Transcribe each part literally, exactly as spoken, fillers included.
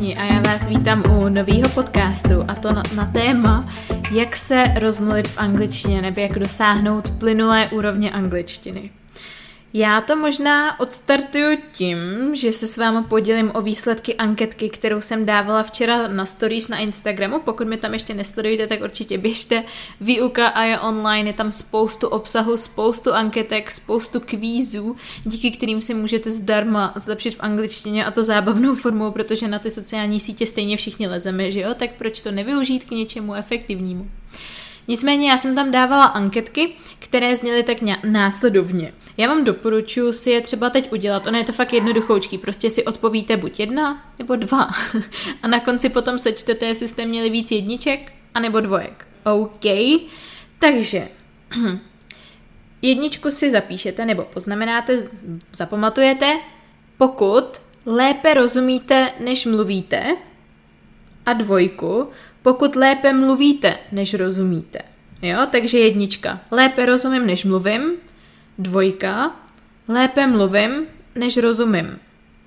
všichni a já vás vítám u nového podcastu a to na, na téma, jak se rozmluvit v angličtině nebo jak dosáhnout plynulé úrovně angličtiny. Já to možná odstartuju tím, že se s vámi podělím o výsledky anketky, kterou jsem dávala včera na stories na Instagramu. Pokud mi tam ještě nesledujete, tak určitě běžte. Výuka a je online, je tam spoustu obsahu, spoustu anketek, spoustu kvízů, díky kterým si můžete zdarma zlepšit v angličtině a to zábavnou formou, protože na ty sociální sítě stejně všichni lezeme, že jo? Tak proč to nevyužít k něčemu efektivnímu? Nicméně já jsem tam dávala anketky, které zněly tak následovně. Já vám doporučuji si je třeba teď udělat, ono je to fakt jednoduchoučký, prostě si odpovíte buď jedna nebo dva a na konci potom sečtete, jestli jste měli víc jedniček anebo dvojek. OK, takže jedničku si zapíšete nebo poznamenáte, zapamatujete, pokud lépe rozumíte, než mluvíte, a dvojku, pokud lépe mluvíte, než rozumíte. Jo, takže jednička. Lépe rozumím, než mluvím. Dvojka. Lépe mluvím, než rozumím.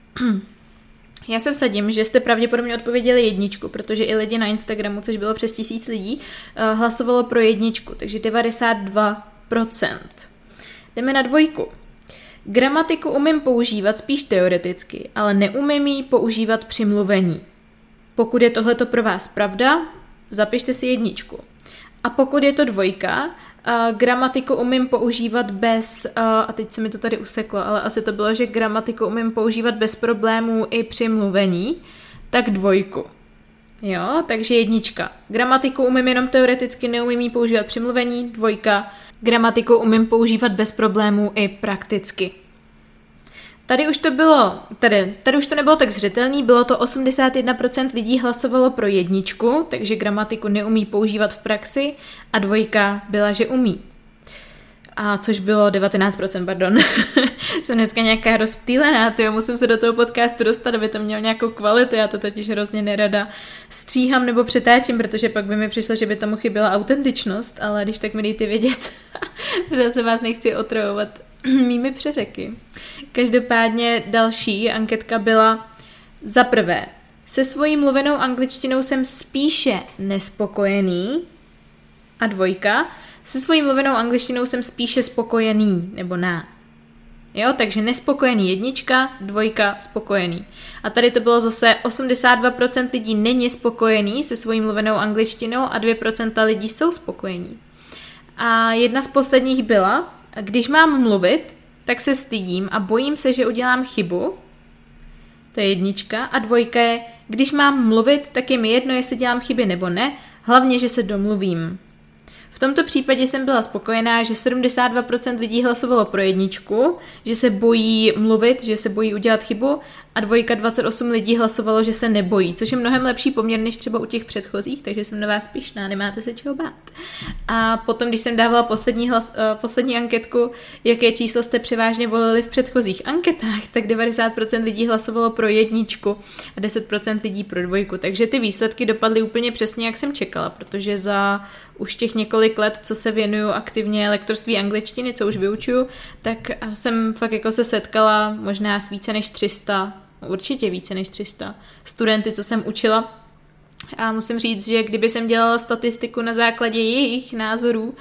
Já se vsadím, že jste pravděpodobně odpověděli jedničku, protože i lidi na Instagramu, což bylo přes tisíc lidí, hlasovalo pro jedničku, takže devadesát dva procent. Jdeme na dvojku. Gramatiku umím používat spíš teoreticky, ale neumím ji používat při mluvení. Pokud je tohleto pro vás pravda, zapište si jedničku. A pokud je to dvojka, uh, gramatiku umím používat bez, uh, a teď se mi to tady useklo, ale asi to bylo, že gramatiku umím používat bez problémů i při mluvení, tak dvojku. Jo, takže jednička. Gramatiku umím jenom teoreticky, neumím ji používat při mluvení, dvojka. Gramatiku umím používat bez problémů i prakticky. Tady už to bylo, tady, tady už to nebylo tak zřetelný, bylo to osmdesát jedna procent lidí hlasovalo pro jedničku, takže gramatiku neumí používat v praxi a dvojka byla, že umí. A což bylo devatenáct procent, pardon. Jsem dneska nějaká rozptýlená, tyjo, musím se do toho podcastu dostat, aby to mělo nějakou kvalitu, já to totiž hrozně nerada stříhám nebo přetáčím, protože pak by mi přišlo, že by tomu chyběla autentičnost, ale když tak mi dejte vědět, protože se vás nechci otravovat mými přeřeky. Každopádně další anketka byla za prvé. Se svojí mluvenou angličtinou jsem spíše nespokojený a dvojka. Se svojí mluvenou angličtinou jsem spíše spokojený nebo ne. Jo, takže nespokojený jednička, dvojka spokojený. A tady to bylo zase osmdesát dva procent lidí není spokojený se svojí mluvenou angličtinou a dvě procenta lidí jsou spokojení. A jedna z posledních byla, když mám mluvit, tak se stydím a bojím se, že udělám chybu. To je jednička. A dvojka je, když mám mluvit, tak je mi jedno, jestli dělám chyby nebo ne, hlavně, že se domluvím. V tomto případě jsem byla spokojená, že sedmdesát dva procent lidí hlasovalo pro jedničku, že se bojí mluvit, že se bojí udělat chybu a dvojka dvacet osm lidí hlasovalo, že se nebojí, což je mnohem lepší poměr než třeba u těch předchozích, takže jsem na vás pyšná, nemáte se čeho bát. A potom, když jsem dávala poslední, hlas, uh, poslední anketku, jaké číslo jste převážně volili v předchozích anketách, tak devadesát procent lidí hlasovalo pro jedničku a deset procent lidí pro dvojku, takže ty výsledky dopadly úplně přesně, jak jsem čekala, protože za už těch několik let, co se věnuju aktivně lektorství angličtiny, co už vyučuju, tak jsem fakt jako se setkala možná s více než tři sta, určitě více než tři sta studenty, co jsem učila. A musím říct, že kdyby jsem dělala statistiku na základě jejich názorů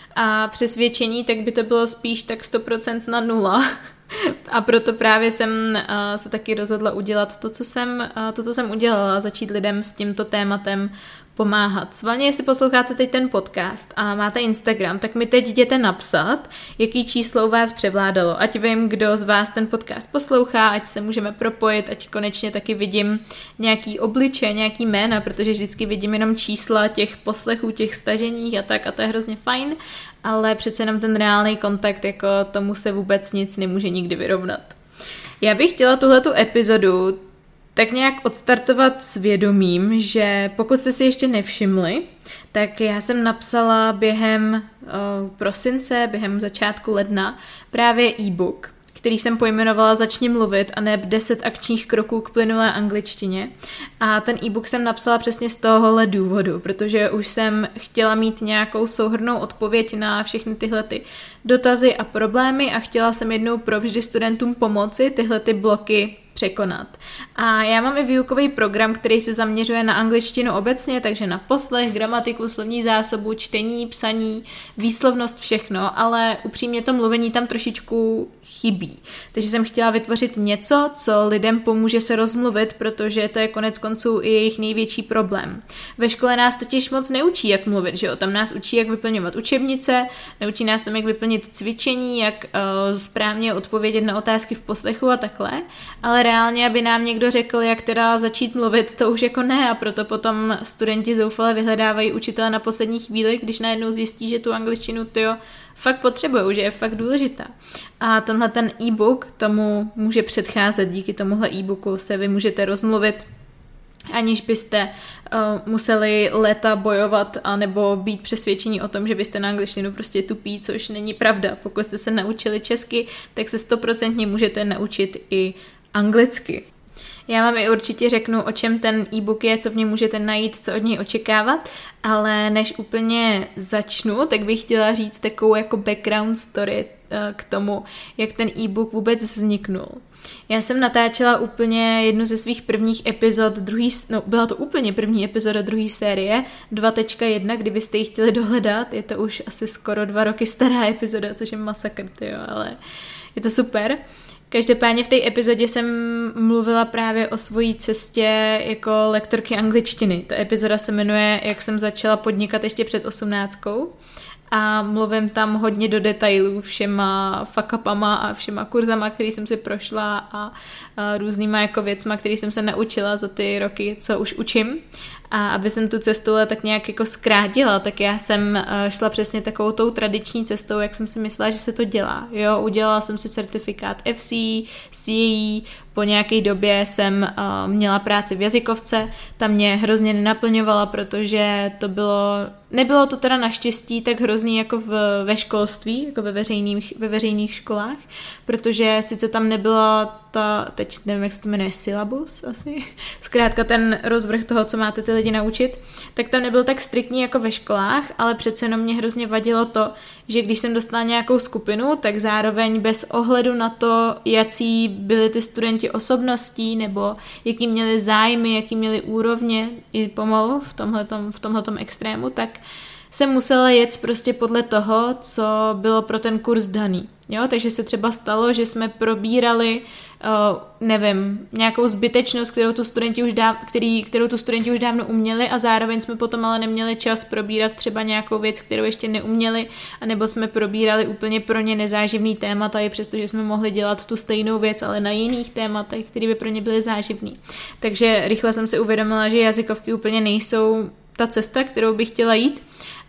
a přesvědčení, tak by to bylo spíš tak sto procent na nula. A proto právě jsem uh, se taky rozhodla udělat to, co jsem, uh, to, co jsem udělala, začít lidem s tímto tématem pomáhat. Svalně, jestli posloucháte teď ten podcast a máte Instagram, tak mi teď jděte napsat, jaký číslo u vás převládalo. Ať vím, kdo z vás ten podcast poslouchá, ať se můžeme propojit, ať konečně taky vidím nějaký obličej, nějaký jména, protože vždycky vidím jenom čísla těch poslechů, těch stažení a tak a to je hrozně fajn, ale přece jenom ten reálný kontakt, jako tomu se vůbec nic nemůže nikdy vyrovnat. Já bych chtěla tuhletu epizodu tak nějak odstartovat s vědomím, že pokud jste si ještě nevšimli, tak já jsem napsala během uh, prosince, během začátku ledna právě e-book, který jsem pojmenovala Začni mluvit a neb deset akčních kroků k plynulé angličtině. A ten e-book jsem napsala přesně z tohohle důvodu, protože už jsem chtěla mít nějakou souhrnnou odpověď na všechny tyhle ty dotazy a problémy a chtěla jsem jednou provždy studentům pomoci tyhle ty bloky překonat. A já mám i výukový program, který se zaměřuje na angličtinu obecně, takže na poslech, gramatiku, slovní zásobu, čtení, psaní, výslovnost, všechno, ale upřímně to mluvení tam trošičku chybí. Takže jsem chtěla vytvořit něco, co lidem pomůže se rozmluvit, protože to je konec konců i jejich největší problém. Ve škole nás totiž moc neučí, jak mluvit, že jo? Tam nás učí, jak vyplňovat učebnice, naučí nás tam, jak vyplnit cvičení, jak uh, správně odpovědět na otázky v poslechu a takhle, ale reálně, aby nám někdo řekl, jak teda začít mluvit, to už jako ne, a proto potom studenti zoufale vyhledávají učitele na poslední chvíli, když najednou zjistí, že tu angličtinu tyjo fakt potřebujou, že je fakt důležitá. A tenhle ten e-book tomu může předcházet, díky tomuhle e-booku se vy můžete rozmluvit, aniž byste uh, museli léta bojovat anebo být přesvědčení o tom, že byste na angličtinu prostě tupí, což není pravda. Pokud jste se naučili česky, tak se stoprocentně můžete naučit i anglicky. Já vám i určitě řeknu, o čem ten e-book je, co v něm můžete najít, co od něj očekávat, ale než úplně začnu, tak bych chtěla říct takovou jako background story k tomu, jak ten e-book vůbec vzniknul. Já jsem natáčela úplně jednu ze svých prvních epizod, druhý, no byla to úplně první epizoda druhé série, dva tečka jedna, kdybyste ji chtěli dohledat, je to už asi skoro dva roky stará epizoda, což je masakr, tyjo, ale je to super. Každopádně v té epizodě jsem mluvila právě o svojí cestě jako lektorky angličtiny. Ta epizoda se jmenuje Jak jsem začala podnikat ještě před osmnáctkou a mluvím tam hodně do detailů všema fuck-upama a všema kurzama, který jsem si prošla a, a různýma jako věcma, který jsem se naučila za ty roky, co už učím. A aby jsem tu cestu tak nějak jako zkrátila, tak já jsem šla přesně takovou tou tradiční cestou, jak jsem si myslela, že se to dělá. Jo, udělala jsem si certifikát F C, C A E, po nějaké době jsem uh, měla práci v jazykovce, ta mě hrozně nenaplňovala, protože to bylo, nebylo to teda naštěstí tak hrozný jako v, ve školství, jako ve veřejných, ve veřejných školách, protože sice tam nebyla ta, teď nevím, jak se to jmenuje, syllabus asi, zkrátka ten rozvrh toho, co máte ty lidi naučit, tak tam nebyl tak striktní jako ve školách, ale přece jenom mě hrozně vadilo to, že když jsem dostala nějakou skupinu, tak zároveň bez ohledu na to, jací byli ty studenti osobností, nebo jaký měli zájmy, jaký měli úrovně i pomalu v tomhletom, v tomhletom extrému, tak jsem musela jet prostě podle toho, co bylo pro ten kurz daný. Jo, takže se třeba stalo, že jsme probírali, uh, nevím, nějakou zbytečnost, kterou tu studenti už dáv, který, kterou tu studenti už dávno uměli a zároveň jsme potom ale neměli čas probírat třeba nějakou věc, kterou ještě neuměli, anebo jsme probírali úplně pro ně nezáživný témata, i přesto, že jsme mohli dělat tu stejnou věc, ale na jiných tématech, které by pro ně byly záživný. Takže rychle jsem si uvědomila, že jazykovky úplně nejsou ta cesta, kterou bych chtěla jít.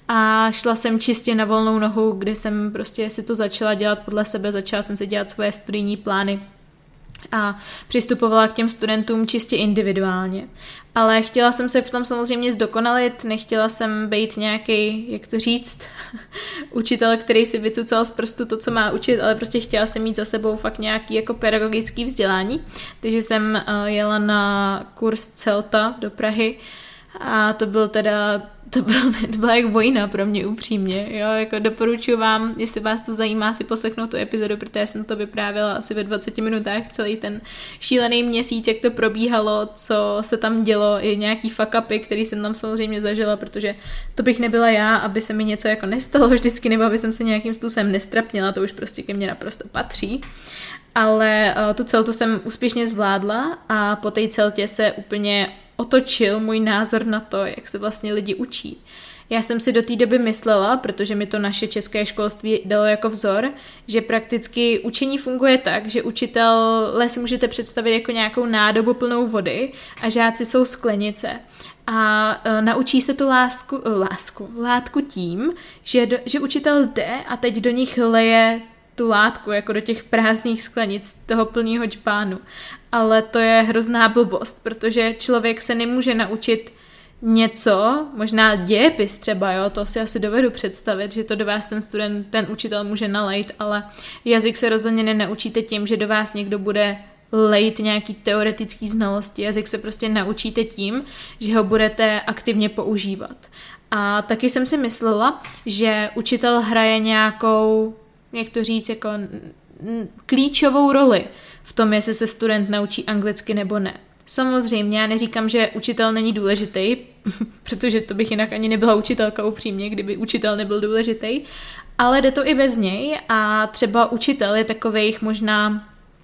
A šla jsem čistě na volnou nohu, kde jsem prostě si to začala dělat podle sebe, začala jsem si dělat svoje studijní plány a přistupovala k těm studentům čistě individuálně. Ale chtěla jsem se v tom samozřejmě zdokonalit, nechtěla jsem být nějaký, jak to říct, učitel, který si vycucal z prstu to, co má učit, ale prostě chtěla jsem mít za sebou fakt nějaký jako pedagogický vzdělání. Takže jsem jela na kurz Celta do Prahy a to byl teda To, byl, to byla jak vojna pro mě upřímně, jo, jako doporučuji vám, jestli vás to zajímá, si poslechnout tu epizodu, protože jsem to vyprávěla asi ve dvaceti minutách celý ten šílený měsíc, jak to probíhalo, co se tam dělo, i nějaký fuck upy, který jsem tam samozřejmě zažila, protože to bych nebyla já, aby se mi něco jako nestalo vždycky, nebo aby jsem se nějakým způsobem nestrapnila, to už prostě ke mně naprosto patří. Ale uh, tu celtu jsem úspěšně zvládla a po té celtě se úplně otočil můj názor na to, jak se vlastně lidi učí. Já jsem si do té doby myslela, protože mi to naše české školství dalo jako vzor, že prakticky učení funguje tak, že učitele si můžete představit jako nějakou nádobu plnou vody a žáci jsou sklenice. A e, naučí se tu lásku, lásku, látku tím, že, do, že učitel jde a teď do nich leje tu látku, jako do těch prázdných sklenic toho plného džbánu. Ale to je hrozná blbost, protože člověk se nemůže naučit něco, možná dějepis třeba, jo, to si asi dovedu představit, že to do vás ten student, ten učitel může nalejt, ale jazyk se rozhodně nenaučíte tím, že do vás někdo bude lejt nějaký teoretický znalosti. Jazyk se prostě naučíte tím, že ho budete aktivně používat. A taky jsem si myslela, že učitel hraje nějakou, jak to říct, jako klíčovou roli v tom, jestli se student naučí anglicky nebo ne. Samozřejmě já neříkám, že učitel není důležitý, protože to bych jinak ani nebyla učitelka upřímně, kdyby učitel nebyl důležitý, ale jde to i bez něj a třeba učitel je takovejch možná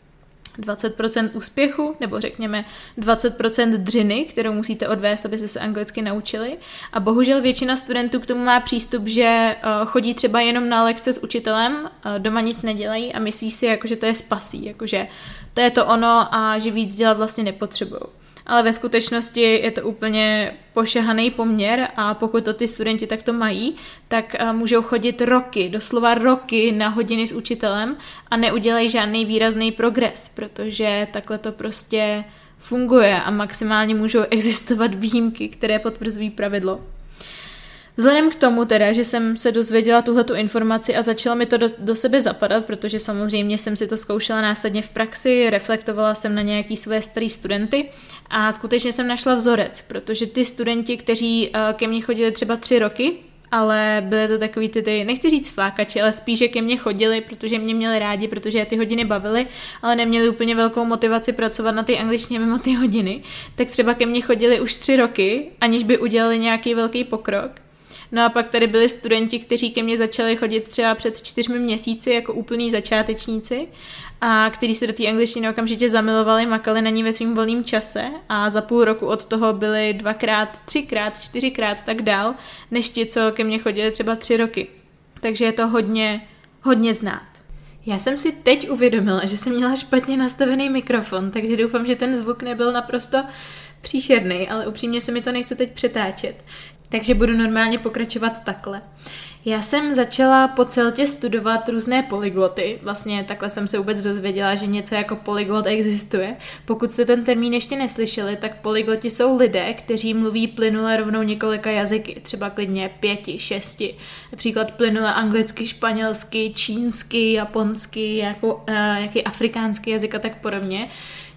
dvacet procent úspěchu, nebo řekněme dvacet procent dřiny, kterou musíte odvést, abyste se anglicky naučili. A bohužel většina studentů k tomu má přístup, že chodí třeba jenom na lekce s učitelem, doma nic nedělají a myslí si, jako, že to je spasí, jakože to je to ono a že víc dělat vlastně nepotřebují. Ale ve skutečnosti je to úplně pošahaný poměr a pokud to ty studenti takto mají, tak můžou chodit roky, doslova roky na hodiny s učitelem a neudělají žádný výrazný progres, protože takhle to prostě funguje a maximálně můžou existovat výjimky, které potvrzují pravidlo. Vzhledem k tomu teda, že jsem se dozvěděla tuhletu informaci a začala mi to do, do sebe zapadat, protože samozřejmě jsem si to zkoušela následně v praxi, reflektovala jsem na nějaký své starý studenty a skutečně jsem našla vzorec, protože ty studenti, kteří ke mně chodili třeba tři roky, ale byly to takový ty, ty, nechci říct flákači, ale spíš, že ke mně chodili, protože mě měli rádi, protože je ty hodiny bavily, ale neměli úplně velkou motivaci pracovat na ty angličtině mimo ty hodiny, tak třeba ke mně chodili už tři roky, aniž by udělali nějaký velký pokrok. No a pak tady byli studenti, kteří ke mně začali chodit třeba před čtyřmi měsíci jako úplný začátečníci a kteří se do té angličtiny okamžitě zamilovali, makali na ní ve svým volném čase a za půl roku od toho byli dvakrát, třikrát, čtyřikrát tak dál, než ti, co ke mně chodili třeba tři roky. Takže je to hodně, hodně znát. Já jsem si teď uvědomila, že jsem měla špatně nastavený mikrofon, takže doufám, že ten zvuk nebyl naprosto příšerný, ale upřímně se mi to nechce teď přetáčet. Takže budu normálně pokračovat takhle. Já jsem začala po celtě studovat různé polygloty. Vlastně takhle jsem se vůbec dozvěděla, že něco jako polyglot existuje. Pokud jste ten termín ještě neslyšeli, tak polygloti jsou lidé, kteří mluví plynule rovnou několika jazyky. Třeba klidně pěti, šesti. Například plynule anglicky, španělsky, čínsky, japonsky, jako, uh, nějaký afrikánský jazyk a tak podobně.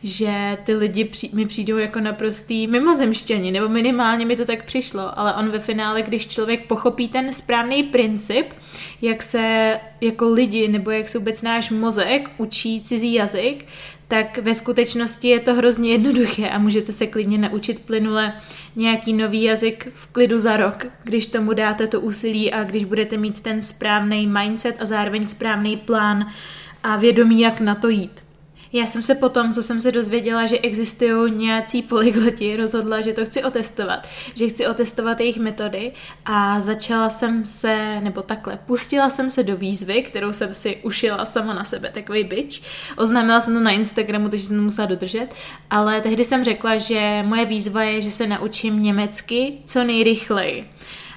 Že ty lidi při, mi přijdou jako naprostý mimozemšťani, nebo minimálně mi to tak přišlo, ale on ve finále, když člověk pochopí ten správný princip, jak se jako lidi, nebo jak se vůbec náš mozek učí cizí jazyk, tak ve skutečnosti je to hrozně jednoduché a můžete se klidně naučit plynule nějaký nový jazyk v klidu za rok, když tomu dáte to úsilí a když budete mít ten správný mindset a zároveň správný plán a vědomí, jak na to jít. Já jsem se potom, co jsem se dozvěděla, že existují nějací polygloti, rozhodla, že to chci otestovat, že chci otestovat jejich metody a začala jsem se, nebo takhle, pustila jsem se do výzvy, kterou jsem si ušila sama na sebe, takový bitch. Oznámila jsem to na Instagramu, takže jsem to musela dodržet, ale tehdy jsem řekla, že moje výzva je, že se naučím německy co nejrychleji.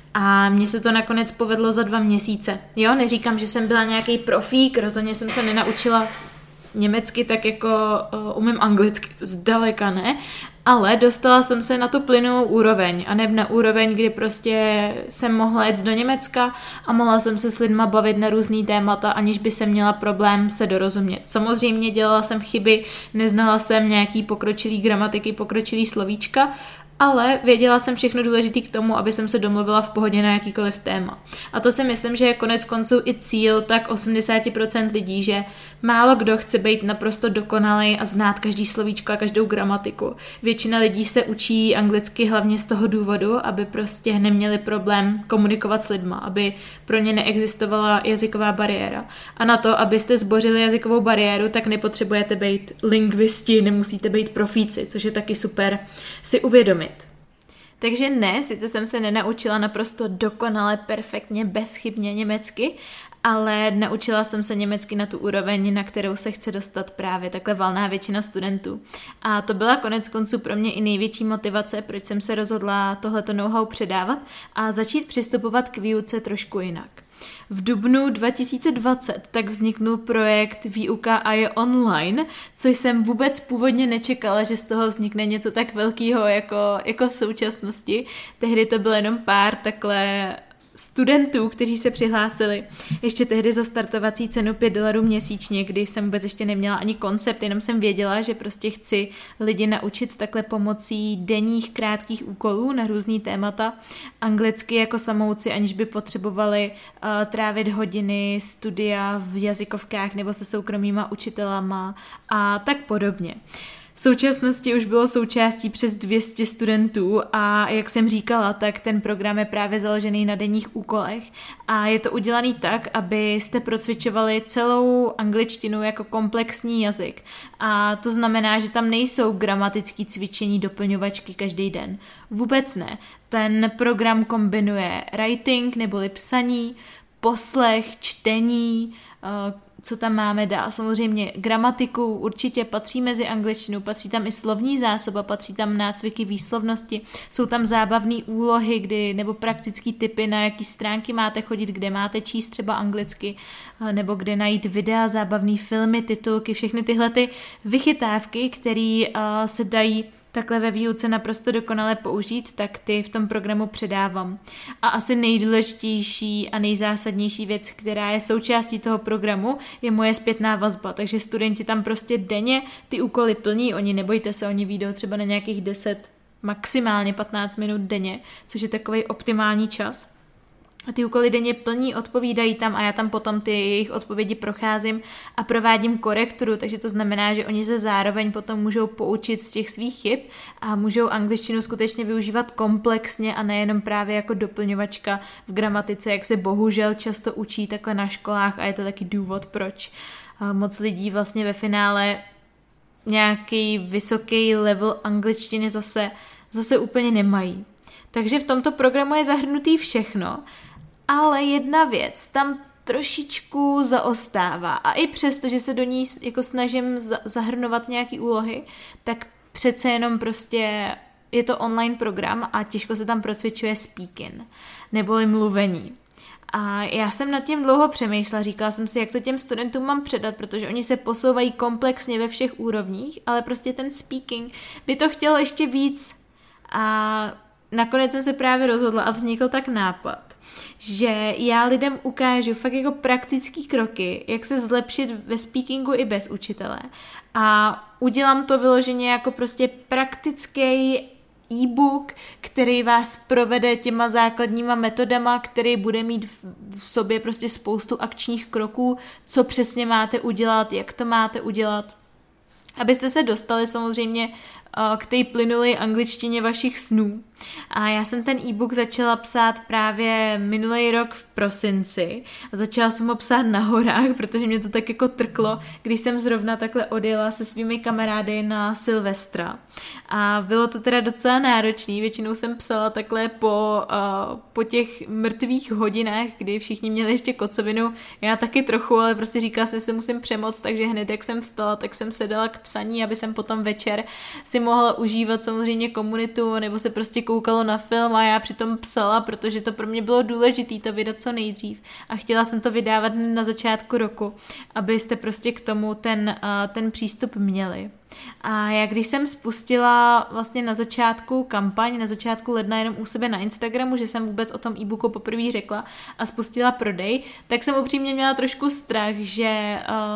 A mně se to nakonec povedlo za dva měsíce. Jo, neříkám, že jsem byla nějaký profík, rozhodně jsem se nenaučila německy tak jako uh, umím anglicky, to zdaleka ne, ale dostala jsem se na tu plynulou úroveň a ne na úroveň, kdy prostě jsem mohla jet do Německa a mohla jsem se s lidma bavit na různý témata, aniž by se měla problém se dorozumět. Samozřejmě dělala jsem chyby, neznala jsem nějaký pokročilý gramatiky, pokročilý slovíčka, ale věděla jsem všechno důležité k tomu, aby jsem se domluvila v pohodě na jakýkoliv téma. A to si myslím, že je konec konců i cíl tak osmdesát procent lidí, že málo kdo chce být naprosto dokonalý a znát každý slovíčko a každou gramatiku. Většina lidí se učí anglicky hlavně z toho důvodu, aby prostě neměli problém komunikovat s lidma, aby pro ně neexistovala jazyková bariéra. A na to, abyste zbořili jazykovou bariéru, tak nepotřebujete být lingvisti, nemusíte být profíci, což je taky super si uvědomit. Takže ne, sice jsem se nenaučila naprosto dokonale, perfektně, bezchybně německy, ale naučila jsem se německy na tu úroveň, na kterou se chce dostat právě takhle valná většina studentů. A to byla konec konců pro mě i největší motivace, proč jsem se rozhodla tohleto know-how předávat a začít přistupovat k výuce trošku jinak. V dubnu dva tisíce dvacet tak vzniknul projekt Výuka a je online, což jsem vůbec původně nečekala, že z toho vznikne něco tak velkého jako, jako v současnosti. Tehdy to bylo jenom pár takhle studentů, kteří se přihlásili ještě tehdy za startovací cenu pět dolarů měsíčně, kdy jsem vůbec ještě neměla ani koncept, jenom jsem věděla, že prostě chci lidi naučit takhle pomocí denních krátkých úkolů na různý témata anglicky jako samouci, aniž by potřebovali uh, trávit hodiny studia v jazykovkách nebo se soukromýma učitelama a tak podobně. V současnosti už bylo součástí přes dvě stě studentů a jak jsem říkala, tak ten program je právě založený na denních úkolech a je to udělaný tak, abyste procvičovali celou angličtinu jako komplexní jazyk. A to znamená, že tam nejsou gramatické cvičení, doplňovačky každý den. Vůbec ne. Ten program kombinuje writing neboli psaní, poslech, čtení, co tam máme dál. Samozřejmě gramatiku určitě patří mezi angličtinu, patří tam i slovní zásoba, patří tam nácviky výslovnosti, jsou tam zábavné úlohy, kdy, nebo praktické tipy, na jaký stránky máte chodit, kde máte číst třeba anglicky, nebo kde najít videa, zábavné filmy, titulky, všechny tyhle ty vychytávky, které uh, se dají takhle ve výuce naprosto dokonale použít, tak ty v tom programu předávám. A asi nejdůležitější a nejzásadnější věc, která je součástí toho programu, je moje zpětná vazba. Takže studenti tam prostě denně ty úkoly plní, oni nebojte se, oni vyjdou třeba na nějakých deset, maximálně patnáct minut denně, což je takový optimální čas. A ty úkoly denně plní, odpovídají tam a já tam potom ty jejich odpovědi procházím a provádím korekturu, takže to znamená, že oni se zároveň potom můžou poučit z těch svých chyb a můžou angličtinu skutečně využívat komplexně a nejenom právě jako doplňovačka v gramatice, jak se bohužel často učí takhle na školách a je to taky důvod, proč moc lidí vlastně ve finále nějaký vysoký level angličtiny zase, zase úplně nemají. Takže v tomto programu je zahrnutý všechno, ale jedna věc tam trošičku zaostává a i přesto, že se do ní jako snažím zahrnovat nějaký úlohy, tak přece jenom prostě je to online program a těžko se tam procvičuje speaking, neboli mluvení. A já jsem nad tím dlouho přemýšlela, říkala jsem si, jak to těm studentům mám předat, protože oni se posouvají komplexně ve všech úrovních, ale prostě ten speaking by to chtělo ještě víc. A nakonec jsem se právě rozhodla a vznikl tak nápad, že já lidem ukážu fakt jako praktický kroky, jak se zlepšit ve speakingu i bez učitele. A udělám to vyloženě jako prostě praktický e-book, který vás provede těma základníma metodama, který bude mít v sobě prostě spoustu akčních kroků, co přesně máte udělat, jak to máte udělat. Abyste se dostali samozřejmě k té plynulé angličtině vašich snů. A já jsem ten e-book začala psát právě minulý rok v prosinci a začala jsem ho psát na horách, protože mě to tak jako trklo, když jsem zrovna takhle odjela se svými kamarády na Silvestra. A bylo to teda docela náročný, většinou jsem psala takhle po, uh, po těch mrtvých hodinách, kdy všichni měli ještě kocovinu, já taky trochu, ale prostě říkala jsem, že se musím přemoct, takže hned jak jsem vstala, tak jsem sedala k psaní, aby jsem potom večer si mohla užívat samozřejmě komunitu, nebo se prostě koukalo na film a já přitom psala, protože to pro mě bylo důležité to vydat co nejdřív a chtěla jsem to vydávat na začátku roku, abyste prostě k tomu ten, ten přístup měli. A já když jsem spustila vlastně na začátku kampaň, na začátku ledna jenom u sebe na Instagramu, že jsem vůbec o tom e-booku poprvé řekla a spustila prodej, tak jsem upřímně měla trošku strach, že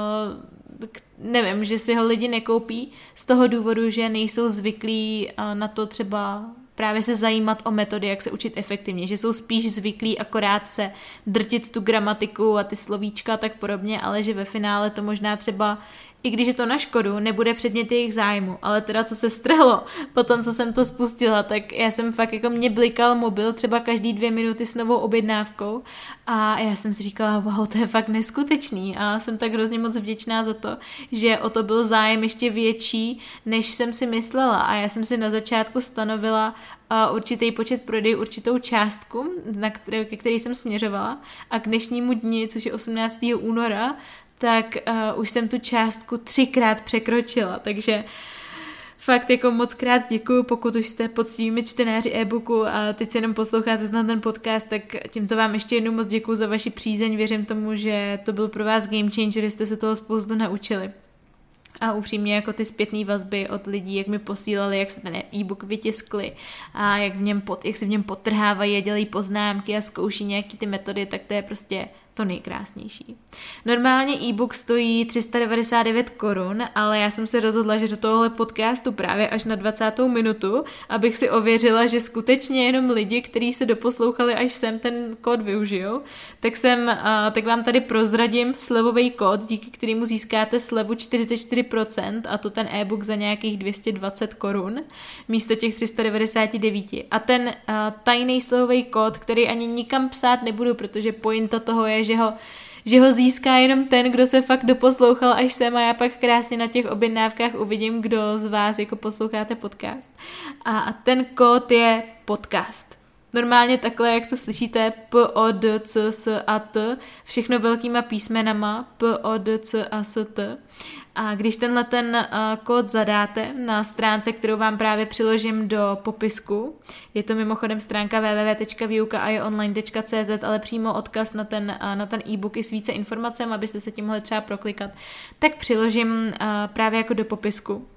uh, nevím, že si ho lidi nekoupí z toho důvodu, že nejsou zvyklí uh, na to třeba právě se zajímat o metody, jak se učit efektivně, že jsou spíš zvyklí akorát se drtit tu gramatiku a ty slovíčka a tak podobně, ale že ve finále to možná třeba, i když je to na škodu, nebude předmět jejich zájmu, ale teda co se strhlo po tom, co jsem to spustila, tak já jsem fakt, jako mě blikal mobil třeba každý dvě minuty s novou objednávkou a já jsem si říkala, wow, to je fakt neskutečný a jsem tak hrozně moc vděčná za to, že o to byl zájem ještě větší, než jsem si myslela a já jsem si na začátku stanovila uh, určitý počet prodej, určitou částku, na které, ke které jsem směřovala a k dnešnímu dni, což je osmnáctého února, tak uh, už jsem tu částku třikrát překročila, takže fakt jako moc krát děkuju, pokud už jste poctivými čtenáři e-booku a teď si jenom posloucháte na ten podcast, tak tímto vám ještě jednou moc děkuju za vaši přízeň, věřím tomu, že to byl pro vás game changer, jste se toho spoustu naučili. A upřímně jako ty zpětné vazby od lidí, jak mi posílali, jak se ten e-book vytiskli a jak, v něm pod, jak si v něm podtrhávají a dělají poznámky a zkouší nějaký ty metody, tak to je prostě to nejkrásnější. Normálně e-book stojí tři sta devadesát devět korun, ale já jsem se rozhodla, že do tohohle podcastu právě až na dvacátou minutu, abych si ověřila, že skutečně jenom lidi, kteří se doposlouchali až sem, ten kód využijou, tak jsem, tak vám tady prozradím slevový kód, díky kterému získáte slevu čtyřicet čtyři procent a to ten e-book za nějakých dvě stě dvacet korun místo těch tři sta devadesát devět. A ten tajný slevový kód, který ani nikam psát nebudu, protože pointa toho je, že ho, že ho získá jenom ten, kdo se fakt doposlouchal až sem a já pak krásně na těch objednávkách uvidím, kdo z vás jako posloucháte podcast. A, a ten kód je podcast. Normálně takhle, jak to slyšíte, P, O, D, C, S a T, všechno velkýma písmenama, P, O, D, C a S, T. A když tenhle ten uh, kód zadáte na stránce, kterou vám právě přiložím do popisku, je to mimochodem stránka w w w tečka výuka a je online tečka c z, ale přímo odkaz na ten, uh, na ten e-book i s více informacemi, abyste se tím mohli třeba proklikat, tak přiložím uh, právě jako do popisku.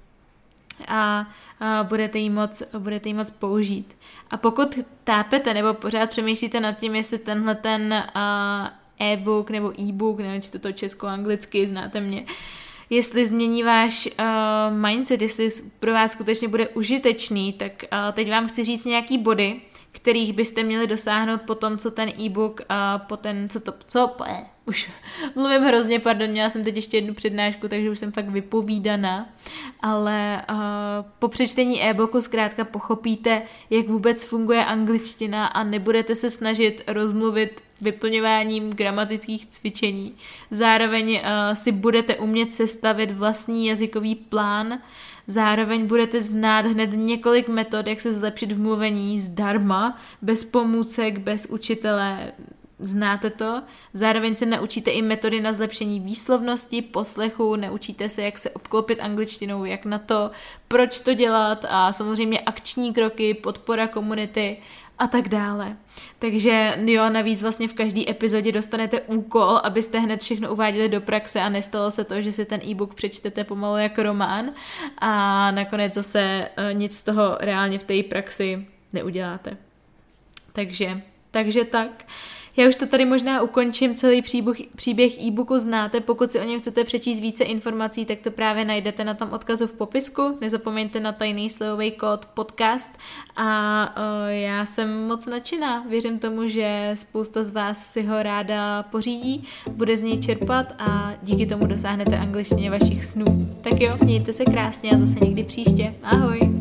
A uh, budete ji moc, budete ji moc použít. A pokud tápete nebo pořád přemýšlíte nad tím, jestli tenhle ten uh, e-book nebo e-book, nevím, či to to česko-anglicky, znáte mě, jestli změní váš uh, mindset, jestli pro vás skutečně bude užitečný, tak uh, teď vám chci říct nějaký body, kterých byste měli dosáhnout po tom, co ten e-book, uh, po ten, co to, co, eh, už mluvím hrozně, pardon, měla jsem teď ještě jednu přednášku, takže už jsem fakt vypovídaná, ale uh, po přečtení e-booku zkrátka pochopíte, jak vůbec funguje angličtina a nebudete se snažit rozmluvit vyplňováním gramatických cvičení. Zároveň uh, si budete umět sestavit vlastní jazykový plán, zároveň budete znát hned několik metod, jak se zlepšit v mluvení zdarma, bez pomůcek, bez učitele, znáte to. Zároveň se naučíte i metody na zlepšení výslovnosti, poslechu, naučíte se, jak se obklopit angličtinou, jak na to, proč to dělat a samozřejmě akční kroky, podpora komunity a tak dále. Takže jo, navíc vlastně v každé epizodě dostanete úkol, abyste hned všechno uváděli do praxe a nestalo se to, že si ten e-book přečtete pomalu jako román a nakonec zase nic z toho reálně v té praxi neuděláte. Takže, takže tak. Já už to tady možná ukončím, celý příběh, příběh e-booku znáte, pokud si o něm chcete přečíst více informací, tak to právě najdete na tom odkazu v popisku, nezapomeňte na tajný slevový kód podcast a uh, já jsem moc nadšená, věřím tomu, že spousta z vás si ho ráda pořídí, bude z něj čerpat a díky tomu dosáhnete angličtině vašich snů. Tak jo, mějte se krásně a zase někdy příště, ahoj!